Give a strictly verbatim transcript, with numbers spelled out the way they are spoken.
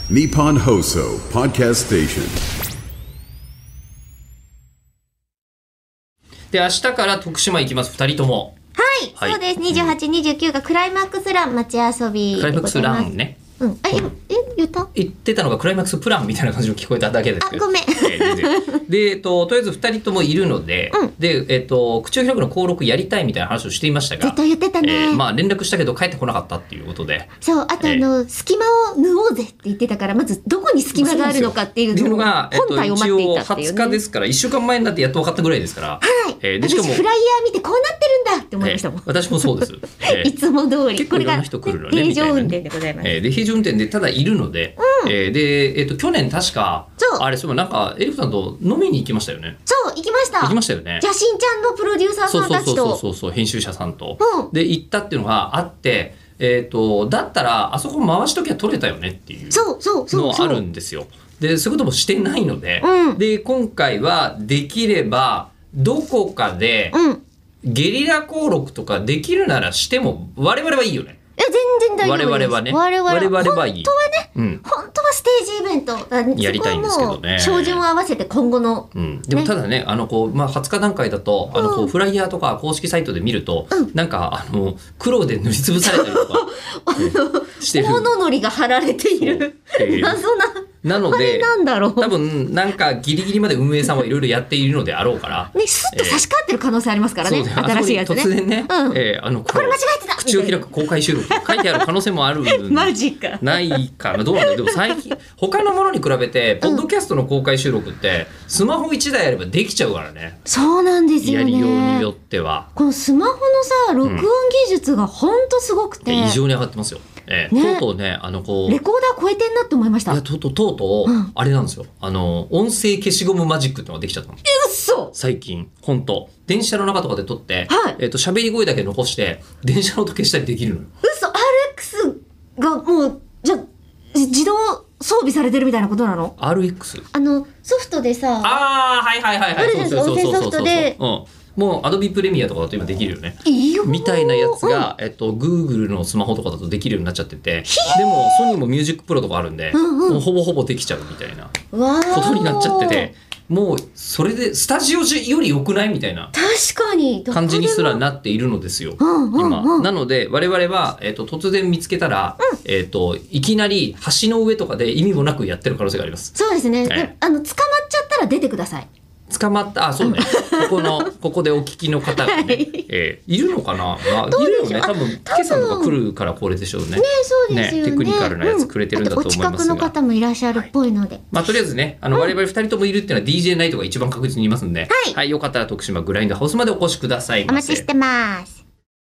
Nippon Hoso Podcast Station。 で明日から徳島行きますふたりとも。 はい、 はいそうです。にじゅうはち、にじゅうきゅうがクライマックスラン街遊びでございます。 クライマックスランね。 うん、あ、え、え、言った？ 言ってたのがクライマックスプランみたいな感じの聞こえただけですけど。 あ、ごめん。 えーで、でえっと、とりあえずふたりともいるので、 うん、 で、えっと、口を開くの登録やりたいみたいな話をしていましたが、 ずっと言ってたね。 えーまあ連絡したけど帰ってこなかったっていうことで。 そう、あとあの、隙間を縫おうぜって言ってたから、まずどこに隙間があるのかっていうのをが、えっと、 本体を待っていたっていう、ね。 一応はつかですから、いっしゅうかんまえになってやっと分かったぐらいですから。 はい。 えーでしかも私フライヤー見てこうなってるんだって思いましたもん。 えー私もそうです。えーいつも通り。 結構いろんな人来るのね。 平常運みたいなね転でございます。 えーで平常運転でただいるので、 うんえーで、えっと去年確かそうあれそういえばなんかエリフさんと飲みに行きましたよね。 そう、行きました。 行きましたよね。 じゃしんちゃんのプロデューサーそうさんたちと。 そうそうそうそう編集者さんと、 うんで行ったっていうのがあって、えっとだったらあそこ回しときゃ取れたよねっていうそうそうそうそう。 のあるんですよ。でそういうこともしてないので、 うんで今回はできればどこかでうん。 ゲリラ登録とかできるならしても我々はいいよね。 え、全然大丈夫です。 我々はね我々は我々はいい本当はね、 うん本当はステージイベントあやりたいんですけどねそこはもう照準を合わせて今後の、 うん、でもただねあのこう、まあ、はつか段階だとあのこううんフライヤーとか公式サイトで見ると、 うんなんかあの黒で塗りつぶされたりとか、ねしてる大野のりが貼られているそうえー謎なあれなのでなんだろう多分なんかギリギリまで運営さんはいろいろやっているのであろうから、 ね、スッと差し替わってる可能性ありますからね、 そうね新しいやつねあそこに突然ね、 うんえーあのこうこれ間違えてた口を開く公開収録書いてある可能性もあるんマジかないかなどうなんだろう。でも最近他のものに比べてポッドキャストの公開収録ってスマホいちだいあればできちゃうからね、 そうなんですよやりようにねよってはこのスマホのさ録音技術がほんとすごくて、 異常に上がってますよ、えーねとうとうねあのこうレコーダー超えてんなって思いましたいやとうとうとうとう、 うんあれなんですよあの音声消しゴムマジックってのができちゃったのうっそ最近本当電車の中とかで撮って、 はいえー、と喋り声だけ残して電車の音消したりできるのよ。 うっそ アールエックス がもうじゃじ自動装備されてるみたいなことなの？ アールエックス？ あのソフトでさああはいはいはいはいあるじゃないですかそうそうそうそうそう音声ソフトでうんもうアドビプレミアとかだと今できるよねいいよみたいなやつが、えっと、Google のスマホとかだとできるようになっちゃっててでもソニーもミュージックプロとかあるんで、 うんうんもうほぼほぼできちゃうみたいなうんわーことになっちゃっててもうそれでスタジオより良くないみたいな確かに感じにすらななっているのですよ、 うんうんうん今なので我々は、えっと、突然見つけたら、えっと、いきなり橋の上とかで意味もなくやってる可能性があります。 そうですね、 ええであの捕まっちゃったら出てください。 捕まったあそうねここのここでお聞きの方がね、 はいえーいるのかな、まあ、いるよね多分あケイさんとか来るからこれでしょうね。 ねそうですよねねテクニカルなやつくれてるんだと思いますがうんあとお近くの方もいらっしゃるっぽいので、 まあ、とりあえずねあの我々ふたりともいるっていうのは ディージェー ナイトが一番確実にいますんで、 はいよかったら徳島グラインドハウスまでお越しくださいませ。 お待ちしてます。